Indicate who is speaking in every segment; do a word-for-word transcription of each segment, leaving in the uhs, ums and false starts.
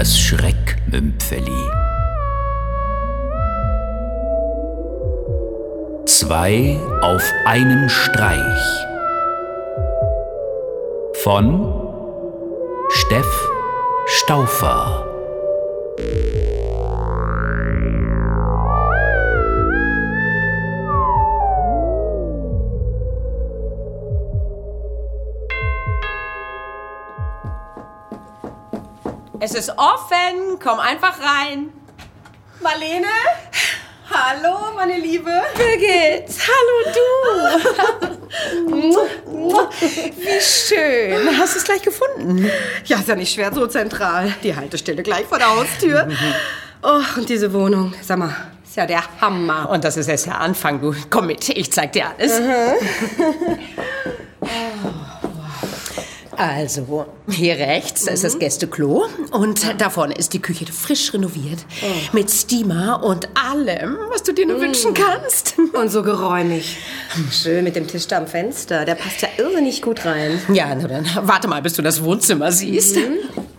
Speaker 1: Das Schreckmümpfeli. Zwei auf einen Streich. Von Steff Stauffer.
Speaker 2: Es ist offen, komm einfach rein.
Speaker 3: Marlene? Hallo, meine Liebe.
Speaker 2: Birgit, hallo du. Wie schön. Hast du es gleich gefunden?
Speaker 3: Ja, ist ja nicht schwer, so zentral. Die Haltestelle gleich vor der Haustür. Oh, und diese Wohnung, sag mal, ist ja der Hammer.
Speaker 2: Und das ist erst der Anfang, du. Komm mit, ich zeig dir alles. Also, hier rechts ist das Gästeklo und da vorne ist die Küche frisch renoviert. Oh. Mit Steamer und allem, was du dir nur mm. wünschen kannst.
Speaker 3: Und so geräumig. Schön mit dem Tisch da am Fenster. Der passt ja irrsinnig gut rein.
Speaker 2: Ja, na dann warte mal, bis du das Wohnzimmer siehst. Mhm.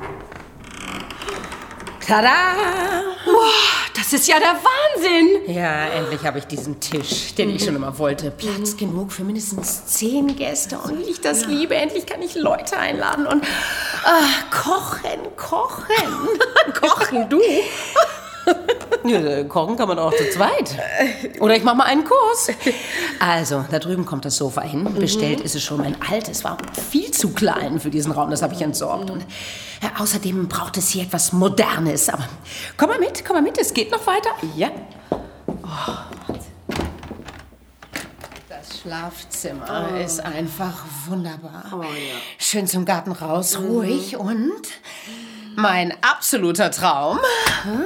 Speaker 2: Tada!
Speaker 3: Boah, das ist ja der Wahnsinn!
Speaker 2: Ja, endlich habe ich diesen Tisch, den mhm. ich schon immer wollte. Platz mhm. genug für mindestens zehn Gäste. Und wie ich das ja. liebe, endlich kann ich Leute einladen und ah, kochen, kochen.
Speaker 3: Kochen, du?
Speaker 2: Ja, kochen kann man auch zu zweit. Oder ich mache mal einen Kurs. Also, da drüben kommt das Sofa hin. Bestellt mhm. ist es schon. Mein altes war viel zu klein für diesen Raum. Das habe ich entsorgt. Und ja, außerdem braucht es hier etwas Modernes. Aber komm mal mit, komm mal mit. Es geht noch weiter. Ja. Oh. Das Schlafzimmer oh. ist einfach wunderbar. Oh, ja. Schön zum Garten raus, mhm. ruhig und mein absoluter Traum. Hm?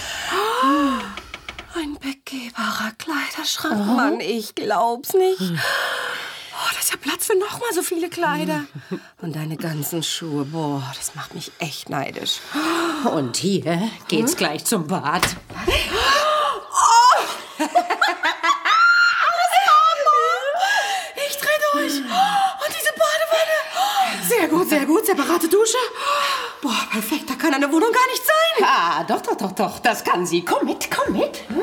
Speaker 3: Oh, ein begehbarer Kleiderschrank. Oh. Mann, ich glaub's nicht. Hm. Oh, da ist ja Platz für noch mal so viele Kleider. Hm. Und deine ganzen Schuhe, boah, das macht mich echt neidisch.
Speaker 2: Und hier geht's hm? gleich zum Bad.
Speaker 3: Was? Oh! Alles Mama! Ich dreh durch. Und diese Badewanne. Sehr gut, sehr gut. Separate Dusche. Boah, perfekt. Da kann eine Wohnung gar nicht sein.
Speaker 2: Ah, doch, doch, doch, doch. Das kann sie. Komm mit, komm mit. Hm?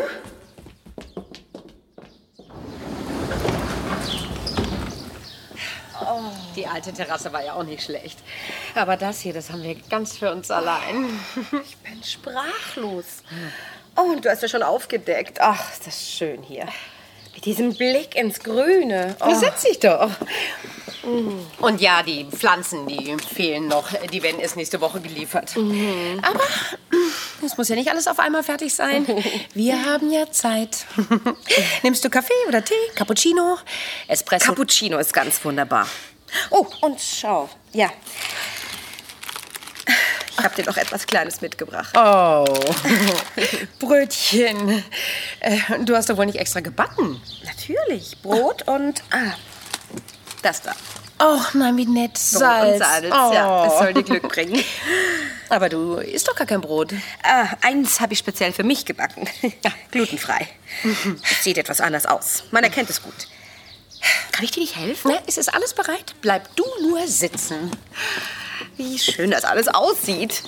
Speaker 2: Oh. Die alte Terrasse war ja auch nicht schlecht. Aber das hier, das haben wir ganz für uns allein.
Speaker 3: Ich bin sprachlos. Oh, und du hast ja schon aufgedeckt. Ach, ist das schön hier. Mit diesem Blick ins Grüne.
Speaker 2: Oh. Setz dich doch. Und ja, die Pflanzen, die fehlen noch. Die werden erst nächste Woche geliefert. Mhm. Aber es muss ja nicht alles auf einmal fertig sein. Wir haben ja Zeit. Nimmst du Kaffee oder Tee? Cappuccino? Espresso?
Speaker 3: Cappuccino ist ganz wunderbar. Oh, und schau. Ja. Ich habe dir noch etwas Kleines mitgebracht.
Speaker 2: Oh, Brötchen. Äh, du hast doch wohl nicht extra gebacken?
Speaker 3: Natürlich. Brot und... Ah, das da.
Speaker 2: Och, nein, wie nett. Salz.
Speaker 3: Brot und Salz, oh. Ja. Das soll dir Glück bringen.
Speaker 2: Aber du isst doch gar kein Brot.
Speaker 3: Ah, eins habe ich speziell für mich gebacken. Ja, glutenfrei. Mhm. Das sieht etwas anders aus. Man erkennt es gut. Kann ich dir nicht helfen?
Speaker 2: Na, es ist alles bereit. Bleib du nur sitzen.
Speaker 3: Wie schön das alles aussieht.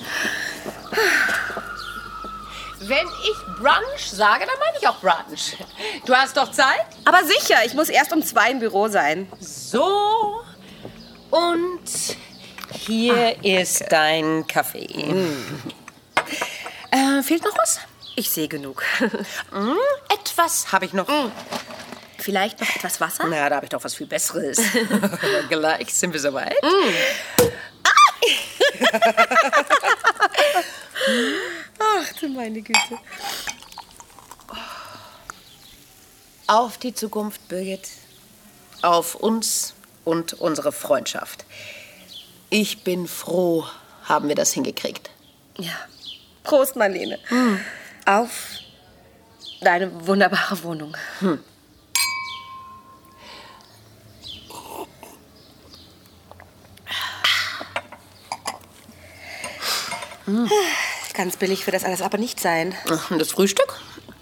Speaker 2: Wenn ich Brunch sage, dann meine ich auch Brunch. Du hast doch Zeit?
Speaker 3: Aber sicher, ich muss erst um zwei im Büro sein.
Speaker 2: So, und hier ah, ist dein Kaffee. Mm. Äh, fehlt noch was?
Speaker 3: Ich sehe genug.
Speaker 2: mm, etwas habe ich noch. Mm.
Speaker 3: Vielleicht noch etwas Wasser?
Speaker 2: Na, da habe ich doch was viel Besseres. Gleich sind wir soweit.
Speaker 3: Mm. Ach du meine Güte.
Speaker 2: Auf die Zukunft, Birgit. Auf uns und unsere Freundschaft. Ich bin froh, haben wir das hingekriegt.
Speaker 3: Ja. Prost, Marlene. Hm. Auf deine wunderbare Wohnung. Hm. Hm. Ganz billig wird das alles aber nicht sein.
Speaker 2: Und das Frühstück?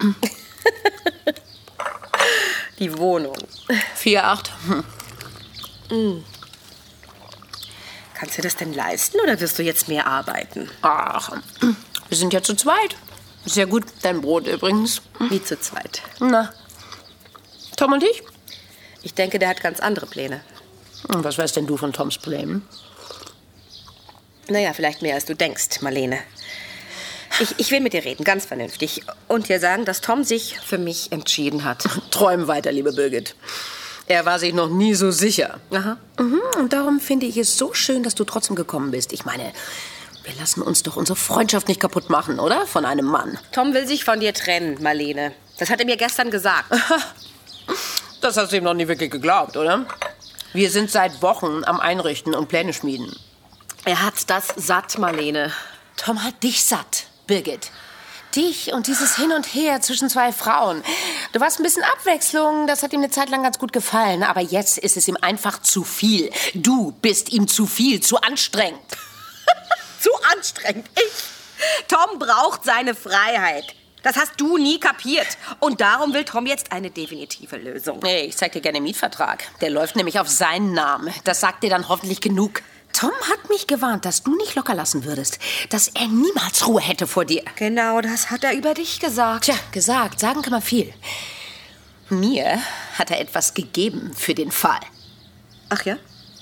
Speaker 3: Die Wohnung.
Speaker 2: vier Komma acht. Hm.
Speaker 3: Mm. Kannst du das denn leisten oder wirst du jetzt mehr arbeiten?
Speaker 2: Ach, wir sind ja zu zweit. Sehr gut, dein Brot übrigens.
Speaker 3: Wie zu zweit.
Speaker 2: Na, Tom und ich?
Speaker 3: Ich denke, der hat ganz andere Pläne.
Speaker 2: Und was weißt denn du von Toms Plänen?
Speaker 3: Naja, vielleicht mehr als du denkst, Marlene. Ich, ich will mit dir reden, ganz vernünftig. Und dir sagen, dass Tom sich für mich entschieden hat.
Speaker 2: Träum weiter, liebe Birgit. Er war sich noch nie so sicher.
Speaker 3: Aha.
Speaker 2: Mhm, und darum finde ich es so schön, dass du trotzdem gekommen bist. Ich meine, wir lassen uns doch unsere Freundschaft nicht kaputt machen, oder? Von einem Mann.
Speaker 3: Tom will sich von dir trennen, Marlene. Das hat er mir gestern gesagt.
Speaker 2: Das hast du ihm noch nie wirklich geglaubt, oder? Wir sind seit Wochen am Einrichten und Pläne schmieden.
Speaker 3: Er hat das satt, Marlene.
Speaker 2: Tom hat dich satt, Birgit. Dich und dieses Hin und Her zwischen zwei Frauen. Du warst ein bisschen Abwechslung, das hat ihm eine Zeit lang ganz gut gefallen. Aber jetzt ist es ihm einfach zu viel. Du bist ihm zu viel, zu anstrengend.
Speaker 3: Zu anstrengend. Ich? Tom braucht seine Freiheit. Das hast du nie kapiert. Und darum will Tom jetzt eine definitive Lösung.
Speaker 2: Nee, ich zeig dir gerne den Mietvertrag. Der läuft nämlich auf seinen Namen. Das sagt dir dann hoffentlich genug. Tom hat mich gewarnt, dass du nicht locker lassen würdest. Dass er niemals Ruhe hätte vor dir.
Speaker 3: Genau, das hat er über dich gesagt.
Speaker 2: Tja, gesagt. Sagen kann man viel. Mir hat er etwas gegeben für den Fall.
Speaker 3: Ach ja?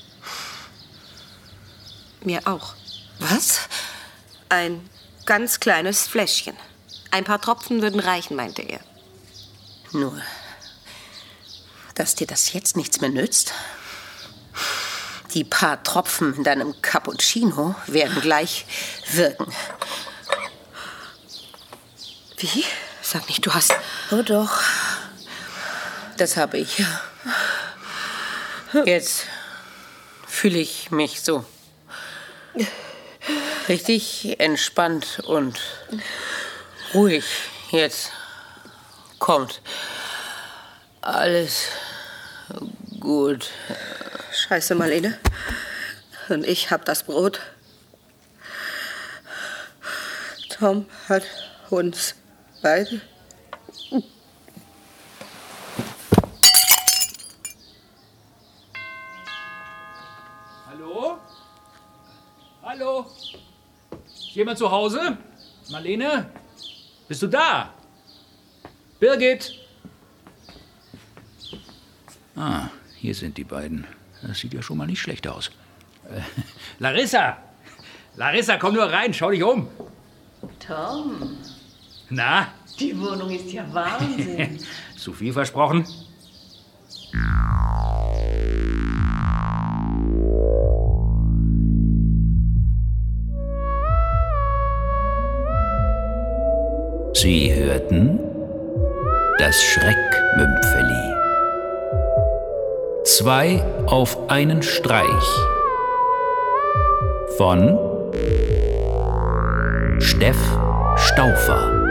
Speaker 3: Mir auch.
Speaker 2: Was?
Speaker 3: Ein ganz kleines Fläschchen. Ein paar Tropfen würden reichen, meinte er.
Speaker 2: Nur, dass dir das jetzt nichts mehr nützt? Die paar Tropfen in deinem Cappuccino werden gleich wirken.
Speaker 3: Wie? Sag nicht, du hast...
Speaker 2: Oh doch, das habe ich. Jetzt fühle ich mich so richtig entspannt und ruhig. Jetzt kommt alles gut.
Speaker 3: Scheiße, Marlene. Und ich hab das Brot. Tom hat uns beide.
Speaker 4: Hallo? Hallo? Ist jemand zu Hause? Marlene? Bist du da? Birgit?
Speaker 1: Ah, hier sind die beiden. Das sieht ja schon mal nicht schlecht aus.
Speaker 4: Äh, Larissa! Larissa, komm nur rein, schau dich um.
Speaker 2: Tom,
Speaker 4: Na?
Speaker 2: die Wohnung ist ja Wahnsinn.
Speaker 4: Zu viel versprochen?
Speaker 1: Sie hörten das Schreckmümpfeli. Zwei auf einen Streich von Steff Stauffer.